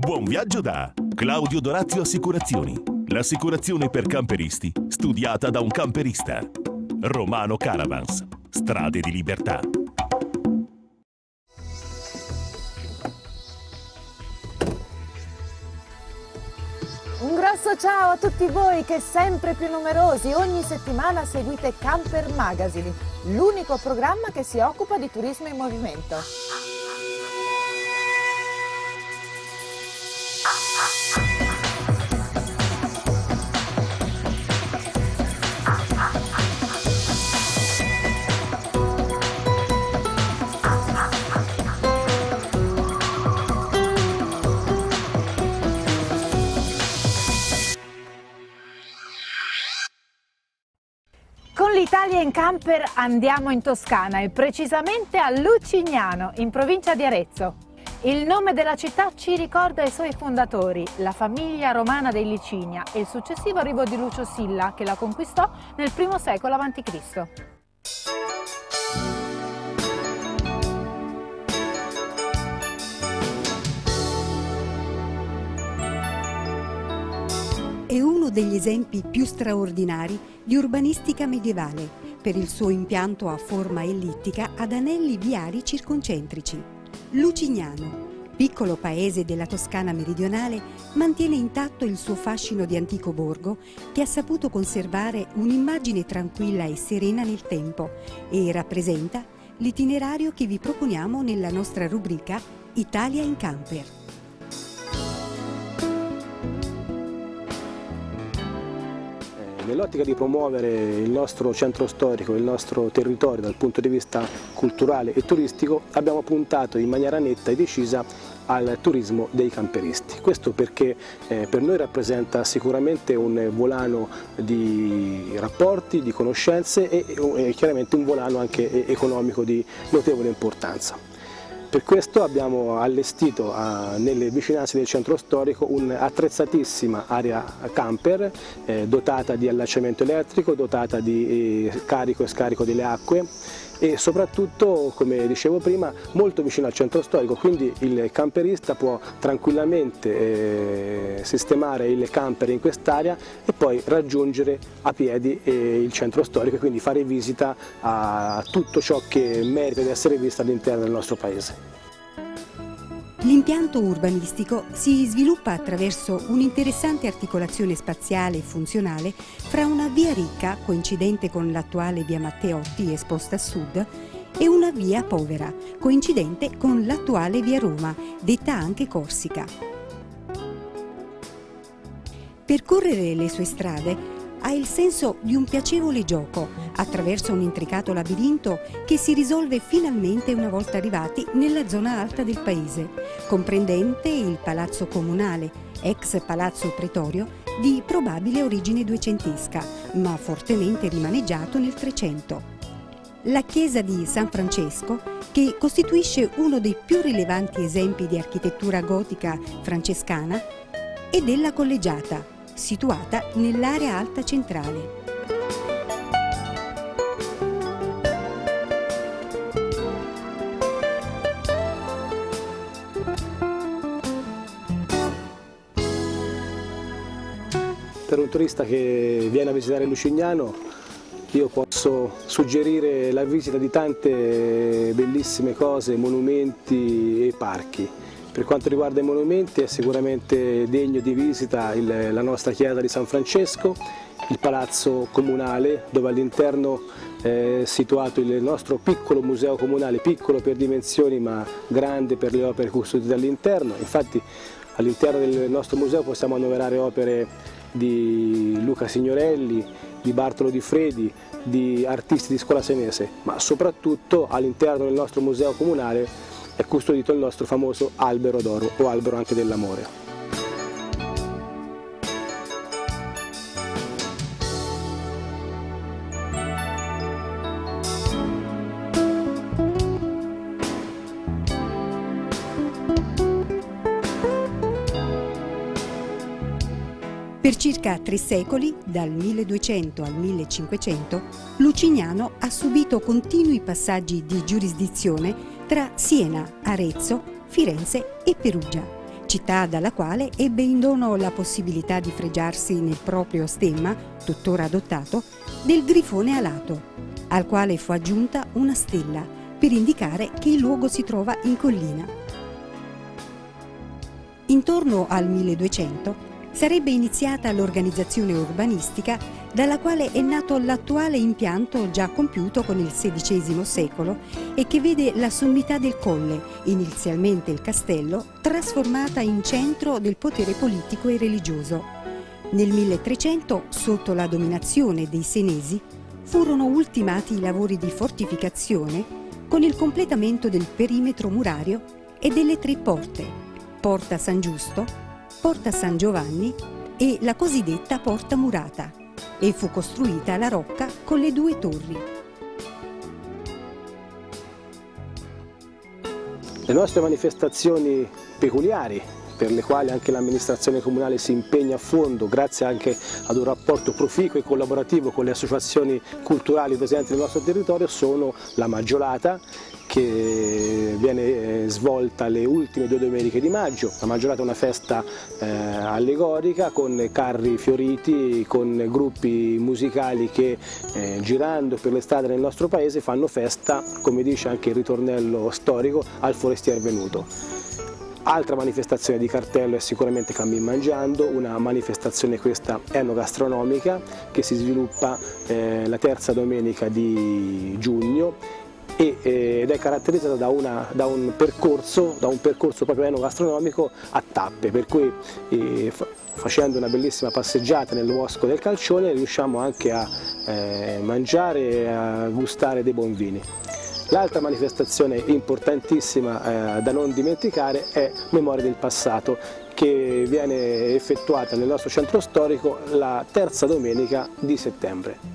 Buon viaggio da Claudio Dorazio Assicurazioni. L'assicurazione per camperisti, studiata da un camperista. Romano Caravans. Strade di libertà. Un grosso ciao a tutti voi che sempre più numerosi ogni settimana seguite Camper Magazine, l'unico programma che si occupa di turismo in movimento. Con l'Italia in camper andiamo in Toscana e precisamente a Lucignano, in provincia di Arezzo. Il nome della città ci ricorda i suoi fondatori, la famiglia romana dei Licinia e il successivo arrivo di Lucio Silla che la conquistò nel I secolo a.C. È uno degli esempi più straordinari di urbanistica medievale per il suo impianto a forma ellittica ad anelli viari circoncentrici. Lucignano, piccolo paese della Toscana meridionale, mantiene intatto il suo fascino di antico borgo che ha saputo conservare un'immagine tranquilla e serena nel tempo e rappresenta l'itinerario che vi proponiamo nella nostra rubrica Italia in camper. Nell'ottica di promuovere il nostro centro storico, il nostro territorio dal punto di vista culturale e turistico, abbiamo puntato in maniera netta e decisa al turismo dei camperisti. Questo perché per noi rappresenta sicuramente un volano di rapporti, di conoscenze e chiaramente un volano anche economico di notevole importanza. Per questo abbiamo allestito nelle vicinanze del centro storico un'attrezzatissima area camper dotata di allacciamento elettrico, dotata di carico e scarico delle acque e soprattutto, come dicevo prima, molto vicino al centro storico, quindi il camperista può tranquillamente sistemare il camper in quest'area e poi raggiungere a piedi il centro storico e quindi fare visita a tutto ciò che merita di essere visto all'interno del nostro paese. L'impianto urbanistico si sviluppa attraverso un'interessante articolazione spaziale e funzionale fra una via ricca, coincidente con l'attuale via Matteotti esposta a sud, e una via povera, coincidente con l'attuale via Roma, detta anche Corsica. Percorrere le sue strade ha il senso di un piacevole gioco attraverso un intricato labirinto che si risolve finalmente una volta arrivati nella zona alta del paese, comprendente il Palazzo Comunale, ex Palazzo Pretorio, di probabile origine duecentesca, ma fortemente rimaneggiato nel Trecento. La chiesa di San Francesco, che costituisce uno dei più rilevanti esempi di architettura gotica francescana, e della Collegiata, situata nell'area alta centrale. Per un turista che viene a visitare Lucignano, io posso suggerire la visita di tante bellissime cose, monumenti e parchi. Per quanto riguarda i monumenti è sicuramente degno di visita la nostra chiesa di San Francesco, il Palazzo Comunale, dove all'interno è situato il nostro piccolo museo comunale, piccolo per dimensioni ma grande per le opere custodite all'interno. Infatti all'interno del nostro museo possiamo annoverare opere di Luca Signorelli, di Bartolo Di Fredi, di artisti di scuola senese, ma soprattutto all'interno del nostro museo comunale è custodito il nostro famoso albero d'oro o albero anche dell'amore. Per circa 3 secoli, dal 1200 al 1500, Lucignano ha subito continui passaggi di giurisdizione tra Siena, Arezzo, Firenze e Perugia, città dalla quale ebbe in dono la possibilità di fregiarsi nel proprio stemma, tuttora adottato, del grifone alato, al quale fu aggiunta una stella per indicare che il luogo si trova in collina. Intorno al 1200 sarebbe iniziata l'organizzazione urbanistica dalla quale è nato l'attuale impianto già compiuto con il XVI secolo e che vede la sommità del colle, inizialmente il castello, trasformata in centro del potere politico e religioso. Nel 1300, sotto la dominazione dei Senesi, furono ultimati i lavori di fortificazione con il completamento del perimetro murario e delle 3 porte, Porta San Giusto, Porta San Giovanni e la cosiddetta Porta Murata, e fu costruita la rocca con le 2 torri. Le nostre manifestazioni peculiari, per le quali anche l'amministrazione comunale si impegna a fondo, grazie anche ad un rapporto proficuo e collaborativo con le associazioni culturali presenti nel nostro territorio, sono la Maggiolata, che viene svolta le ultime 2 domeniche di maggio. La Maggiolata è una festa allegorica con carri fioriti, con gruppi musicali che girando per le strade nel nostro paese fanno festa, come dice anche il ritornello storico, al forestier venuto. Altra manifestazione di cartello è sicuramente Cammin Mangiando, una manifestazione questa enogastronomica che si sviluppa la terza domenica di giugno ed è caratterizzata da un percorso proprio enogastronomico a tappe, per cui facendo una bellissima passeggiata nel bosco del Calcione riusciamo anche a mangiare e a gustare dei buoni vini. L'altra manifestazione importantissima da non dimenticare è Memoria del Passato, che viene effettuata nel nostro centro storico la terza domenica di settembre.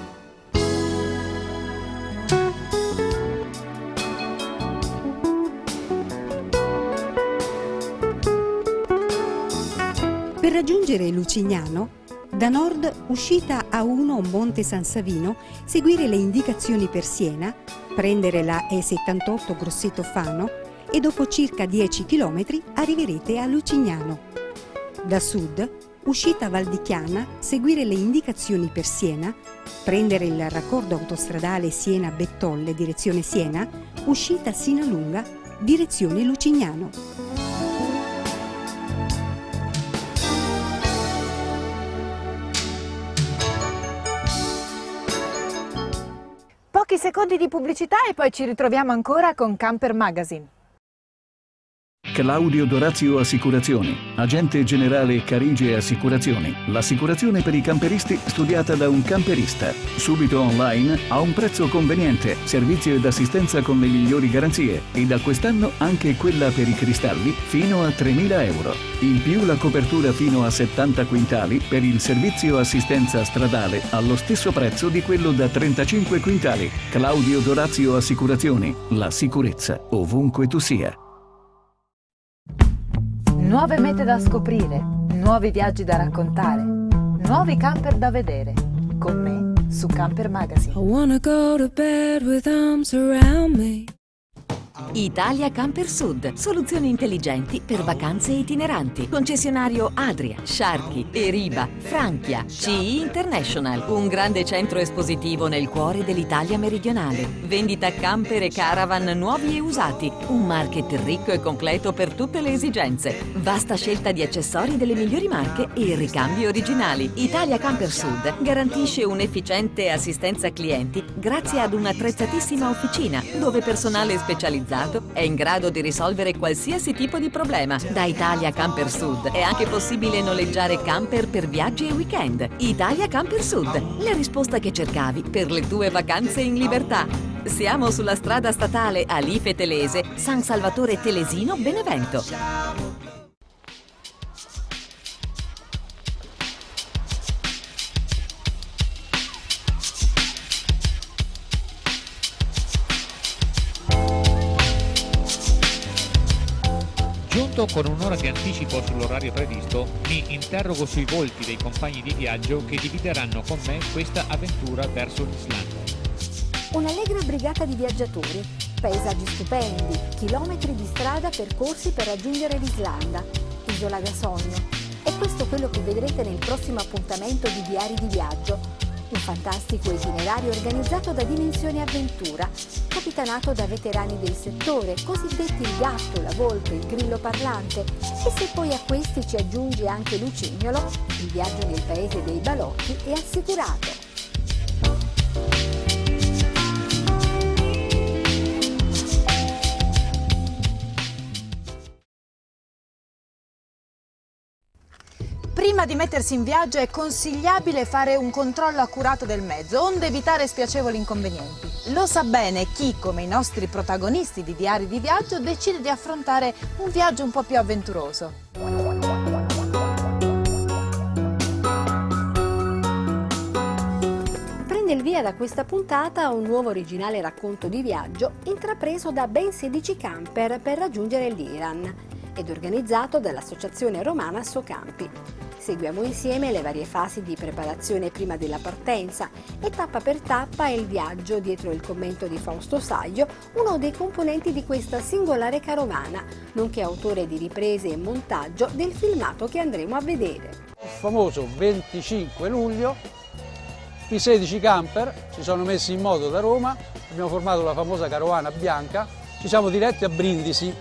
Per raggiungere Lucignano, da nord uscita A1 Monte San Savino, seguire le indicazioni per Siena, prendere la E78 Grosseto Fano e dopo circa 10 km arriverete a Lucignano. Da sud, uscita Valdichiana, seguire le indicazioni per Siena, prendere il raccordo autostradale Siena-Bettolle direzione Siena, uscita Sinalunga direzione Lucignano. Pochi secondi di pubblicità e poi ci ritroviamo ancora con Camper Magazine. Claudio Dorazio Assicurazioni, agente generale Carige Assicurazioni. L'assicurazione per i camperisti studiata da un camperista. Subito online a un prezzo conveniente, servizio ed assistenza con le migliori garanzie e da quest'anno anche quella per i cristalli fino a 3.000 euro. In più la copertura fino a 70 quintali per il servizio assistenza stradale allo stesso prezzo di quello da 35 quintali. Claudio Dorazio Assicurazioni, la sicurezza ovunque tu sia. Nuove mete da scoprire, nuovi viaggi da raccontare, nuovi camper da vedere. Con me su Camper Magazine. I wanna go to bed with arms around me. Italia Camper Sud, soluzioni intelligenti per vacanze itineranti. Concessionario Adria, Sharky, Eriba, Franchia, CI International. Un grande centro espositivo nel cuore dell'Italia meridionale. Vendita camper e caravan nuovi e usati. Un market ricco e completo per tutte le esigenze. Vasta scelta di accessori delle migliori marche e ricambi originali. Italia Camper Sud garantisce un'efficiente assistenza clienti grazie ad un'attrezzatissima officina dove personale specializzato è in grado di risolvere qualsiasi tipo di problema. Da Italia Camper Sud è anche possibile noleggiare camper per viaggi e weekend. Italia Camper Sud, la risposta che cercavi per le tue vacanze in libertà. Siamo sulla strada statale Alife Telese, San Salvatore Telesino, Benevento. Giunto con un'ora di anticipo sull'orario previsto, mi interrogo sui volti dei compagni di viaggio che divideranno con me questa avventura verso l'Islanda. Un'allegra brigata di viaggiatori, paesaggi stupendi, chilometri di strada percorsi per raggiungere l'Islanda, isola da sogno. E questo è quello che vedrete nel prossimo appuntamento di Diari di Viaggio, un fantastico itinerario organizzato da Dimensione Avventura, capitanato da veterani del settore, cosiddetti il gatto, la volpe, il grillo parlante, e se poi a questi ci aggiungi anche Lucignolo, il viaggio nel paese dei balocchi è assicurato. Prima di mettersi in viaggio è consigliabile fare un controllo accurato del mezzo, onde evitare spiacevoli inconvenienti. Lo sa bene chi, come i nostri protagonisti di Diari di Viaggio, decide di affrontare un viaggio un po' più avventuroso. Prende il via da questa puntata un nuovo originale racconto di viaggio intrapreso da ben 16 camper per raggiungere l'Iran ed organizzato dall'associazione romana Socampi. Seguiamo insieme le varie fasi di preparazione prima della partenza e tappa per tappa il viaggio dietro il commento di Fausto Saglio, uno dei componenti di questa singolare carovana, nonché autore di riprese e montaggio del filmato che andremo a vedere. Il famoso 25 luglio i 16 camper si sono messi in moto da Roma, abbiamo formato la famosa carovana bianca, ci siamo diretti a Brindisi,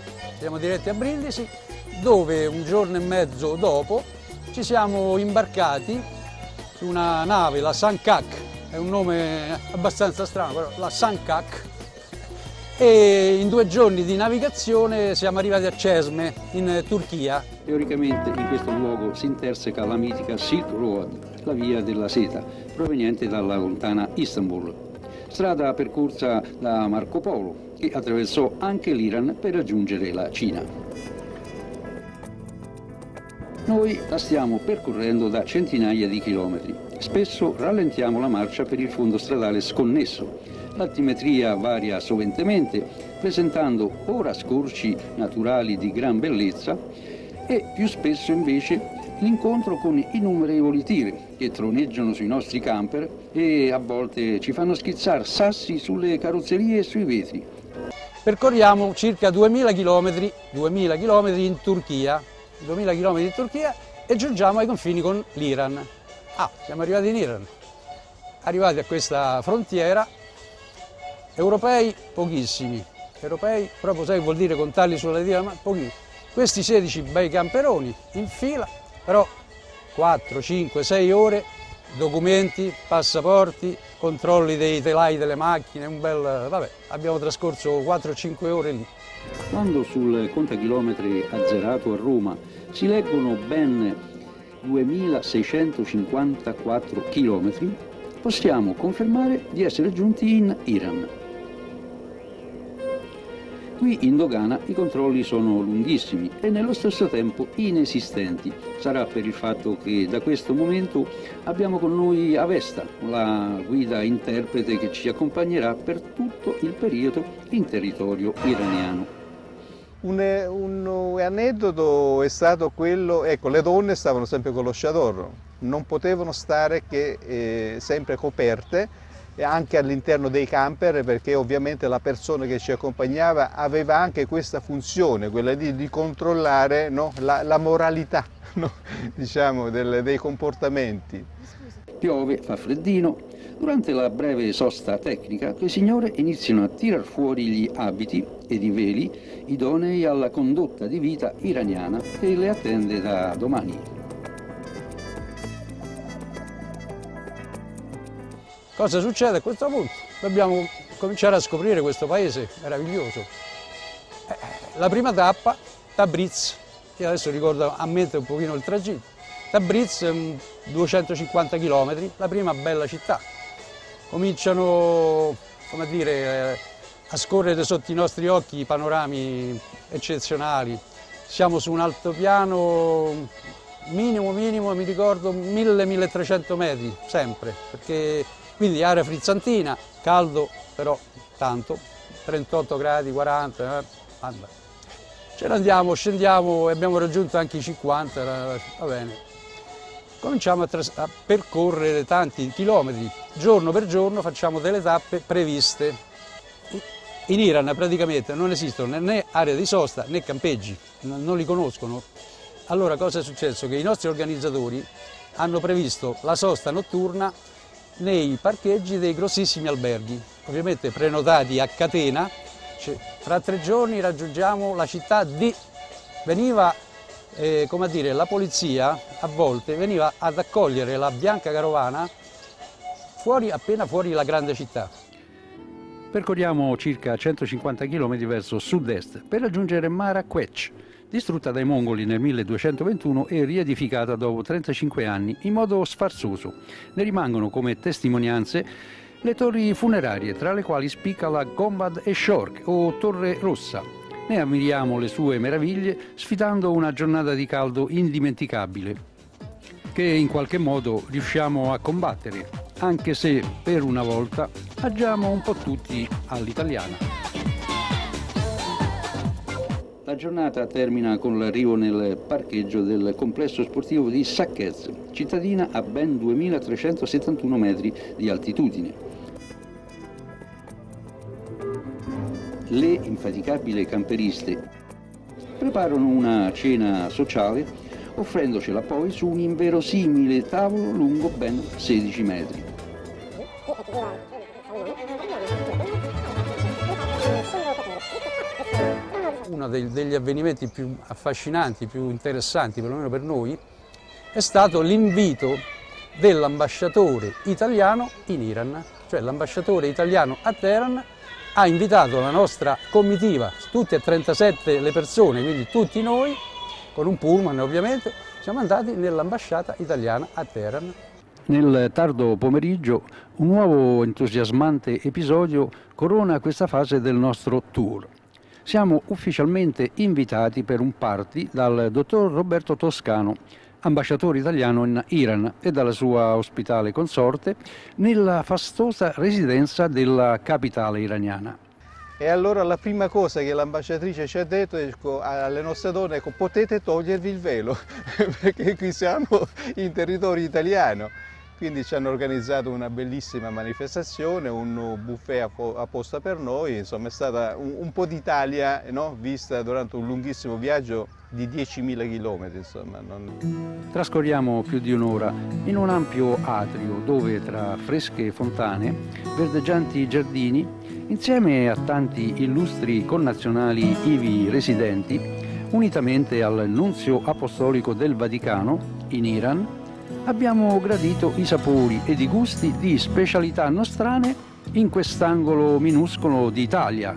dove un giorno e mezzo dopo ci siamo imbarcati su una nave, la Sankak, è un nome abbastanza strano, però la Sankak, e in 2 giorni di navigazione siamo arrivati a Cesme, in Turchia. Teoricamente in questo luogo si interseca la mitica Silk Road, la via della seta, proveniente dalla lontana Istanbul, strada percorsa da Marco Polo, che attraversò anche l'Iran per raggiungere la Cina. Noi la stiamo percorrendo da centinaia di chilometri. Spesso rallentiamo la marcia per il fondo stradale sconnesso. L'altimetria varia soventemente, presentando ora scorci naturali di gran bellezza e più spesso invece l'incontro con innumerevoli tigri che troneggiano sui nostri camper e a volte ci fanno schizzare sassi sulle carrozzerie e sui vetri. Percorriamo circa 2000 km in Turchia. 2000 km in Turchia e giungiamo ai confini con l'Iran. Siamo arrivati in Iran, arrivati a questa frontiera, europei pochissimi, europei proprio sai che vuol dire contarli sulla dita, ma pochissimi. Questi 16 bei camperoni in fila, però 4, 5, 6 ore, documenti, passaporti, controlli dei telai delle macchine, abbiamo trascorso 4-5 ore lì. Quando sul contachilometri azzerato a Roma si leggono ben 2654 chilometri, possiamo confermare di essere giunti in Iran. Qui in dogana i controlli sono lunghissimi e nello stesso tempo inesistenti. Sarà per il fatto che da questo momento abbiamo con noi Avesta, la guida interprete che ci accompagnerà per tutto il periodo in territorio iraniano. Un aneddoto è stato quello, ecco, le donne stavano sempre con lo chador, non potevano stare che sempre coperte, anche all'interno dei camper, perché ovviamente la persona che ci accompagnava aveva anche questa funzione, quella di controllare, no, la moralità, no, diciamo, dei comportamenti. Piove, fa freddino. Durante la breve sosta tecnica, le signore iniziano a tirar fuori gli abiti ed i veli idonei alla condotta di vita iraniana che le attende da domani. Cosa succede a questo punto? Dobbiamo cominciare a scoprire questo paese meraviglioso. La prima tappa, Tabriz, che adesso ricordo a mente un pochino il tragitto. Tabriz, 250 km, la prima bella città. Cominciano, come dire, a scorrere sotto i nostri occhi panorami eccezionali. Siamo su un altopiano minimo, mi ricordo, 1000-1300 metri, sempre, perché quindi area frizzantina, caldo però tanto, 38 gradi, 40, Ce ne andiamo, scendiamo e abbiamo raggiunto anche i 50, va bene. cominciamo a percorrere tanti chilometri, giorno per giorno facciamo delle tappe previste. In Iran praticamente non esistono né aree di sosta né campeggi, non li conoscono. Allora cosa è successo? Che i nostri organizzatori hanno previsto la sosta notturna nei parcheggi dei grossissimi alberghi, ovviamente prenotati a catena. Cioè, fra 3 giorni raggiungiamo la città di... Veniva, come a dire, la polizia a volte veniva ad accogliere la bianca carovana appena fuori la grande città. Percorriamo circa 150 km verso sud-est per raggiungere Marrakech, distrutta dai mongoli nel 1221 e riedificata dopo 35 anni in modo sfarzoso. Ne rimangono come testimonianze le torri funerarie, tra le quali spicca la Gombad e Shork o Torre Rossa. Ne ammiriamo le sue meraviglie sfidando una giornata di caldo indimenticabile, che in qualche modo riusciamo a combattere, anche se per una volta agiamo un po' tutti all'italiana. La giornata termina con l'arrivo nel parcheggio del complesso sportivo di Saqqez, cittadina a ben 2371 metri di altitudine. Le infaticabili camperiste preparano una cena sociale offrendocela poi su un inverosimile tavolo lungo ben 16 metri. Uno degli avvenimenti più affascinanti, più interessanti, perlomeno per noi, è stato l'invito dell'ambasciatore italiano in Iran. Cioè l'ambasciatore italiano a Teheran ha invitato la nostra comitiva, tutte e 37 le persone, quindi tutti noi, con un pullman ovviamente, siamo andati nell'ambasciata italiana a Teheran. Nel tardo pomeriggio un nuovo entusiasmante episodio corona questa fase del nostro tour. Siamo ufficialmente invitati per un party dal dottor Roberto Toscano, ambasciatore italiano in Iran, e dalla sua ospitale consorte nella fastosa residenza della capitale iraniana. E allora la prima cosa che l'ambasciatrice ci ha detto è alle nostre donne: potete togliervi il velo, perché qui siamo in territorio italiano. Quindi ci hanno organizzato una bellissima manifestazione, un buffet apposta per noi, insomma è stata un po' d'Italia, no? Vista durante un lunghissimo viaggio di 10.000 chilometri. Insomma, Trascorriamo più di un'ora in un ampio atrio dove tra fresche fontane, verdeggianti giardini, insieme a tanti illustri connazionali ivi residenti, unitamente al nunzio apostolico del Vaticano in Iran, abbiamo gradito i sapori ed i gusti di specialità nostrane in quest'angolo minuscolo d'Italia.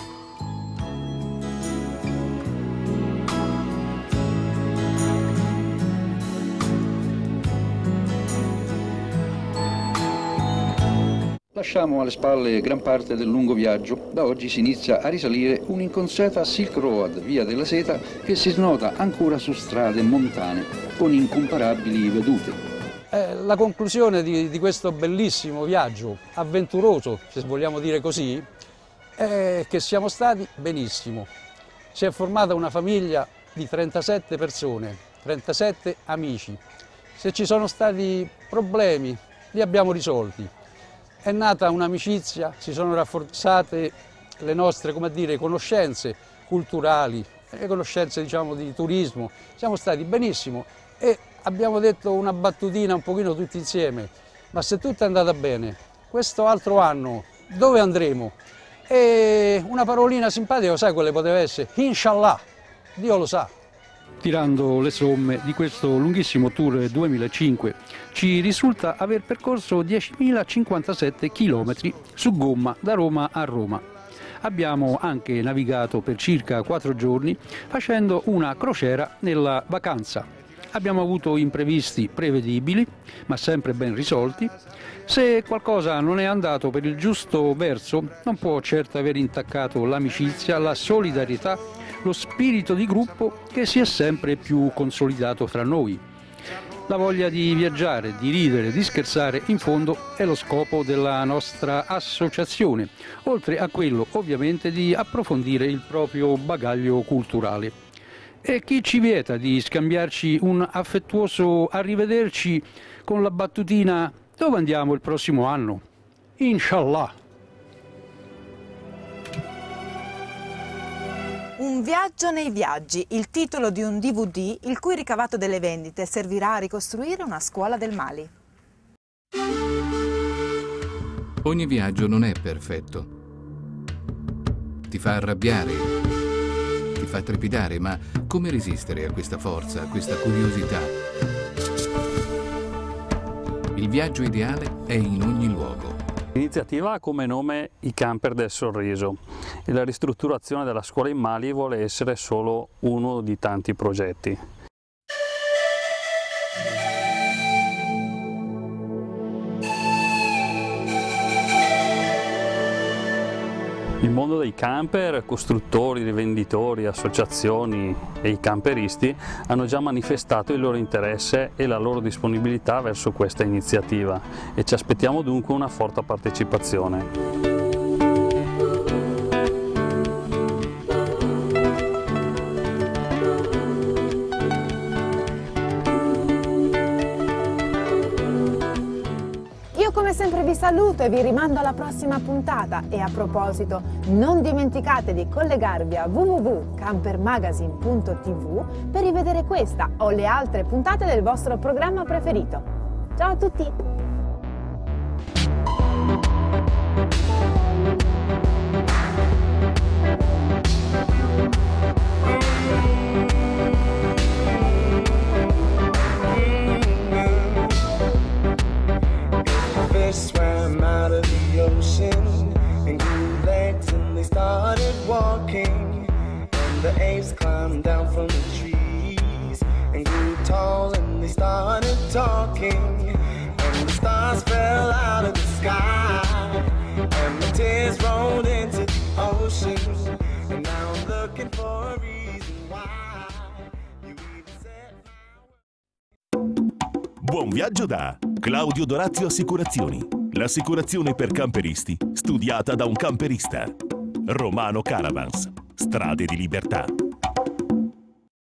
Lasciamo alle spalle gran parte del lungo viaggio. Da oggi si inizia a risalire un'inconsueta Silk Road, via della seta, che si snota ancora su strade montane con incomparabili vedute. La conclusione di questo bellissimo viaggio, avventuroso, se vogliamo dire così, è che siamo stati benissimo. Si è formata una famiglia di 37 persone, 37 amici. Se ci sono stati problemi, li abbiamo risolti. È nata un'amicizia, si sono rafforzate le nostre, come dire, conoscenze culturali, le conoscenze, diciamo, di turismo. Siamo stati benissimo e abbiamo detto una battutina un pochino tutti insieme: ma se tutto è andato bene, questo altro anno dove andremo? E una parolina simpatica, sai quale poteva essere? Inshallah, Dio lo sa. Tirando le somme di questo lunghissimo tour 2005, ci risulta aver percorso 10.057 km su gomma da Roma a Roma. Abbiamo anche navigato per circa 4 giorni facendo una crociera nella vacanza. Abbiamo avuto imprevisti prevedibili, ma sempre ben risolti. Se qualcosa non è andato per il giusto verso, non può certo aver intaccato l'amicizia, la solidarietà, lo spirito di gruppo che si è sempre più consolidato fra noi. La voglia di viaggiare, di ridere, di scherzare, in fondo è lo scopo della nostra associazione, oltre a quello ovviamente di approfondire il proprio bagaglio culturale. E chi ci vieta di scambiarci un affettuoso arrivederci con la battutina dove andiamo il prossimo anno? Inshallah. Un viaggio nei viaggi, il titolo di un DVD il cui ricavato delle vendite servirà a ricostruire una scuola del Mali. Ogni viaggio non è perfetto. Ti fa arrabbiare, ti fa trepidare, ma come resistere a questa forza, a questa curiosità? Il viaggio ideale è in ogni luogo. L'iniziativa ha come nome i Camper del Sorriso e la ristrutturazione della scuola in Mali vuole essere solo uno di tanti progetti. Il mondo dei camper, costruttori, rivenditori, associazioni e i camperisti hanno già manifestato il loro interesse e la loro disponibilità verso questa iniziativa e ci aspettiamo dunque una forte partecipazione. Come sempre vi saluto e vi rimando alla prossima puntata e a proposito non dimenticate di collegarvi a www.campermagazine.tv per rivedere questa o le altre puntate del vostro programma preferito. Ciao a tutti! Swam out of the ocean and grew legs and they started walking, and the apes climbed down from the trees and grew tall and they started talking, and the stars fell out of the sky and the tears rolled into the ocean, and now I'm looking for a reason why you even said. Buon viaggio da Claudio Dorazio Assicurazioni, l'assicurazione per camperisti studiata da un camperista. Romano Caravans, strade di libertà.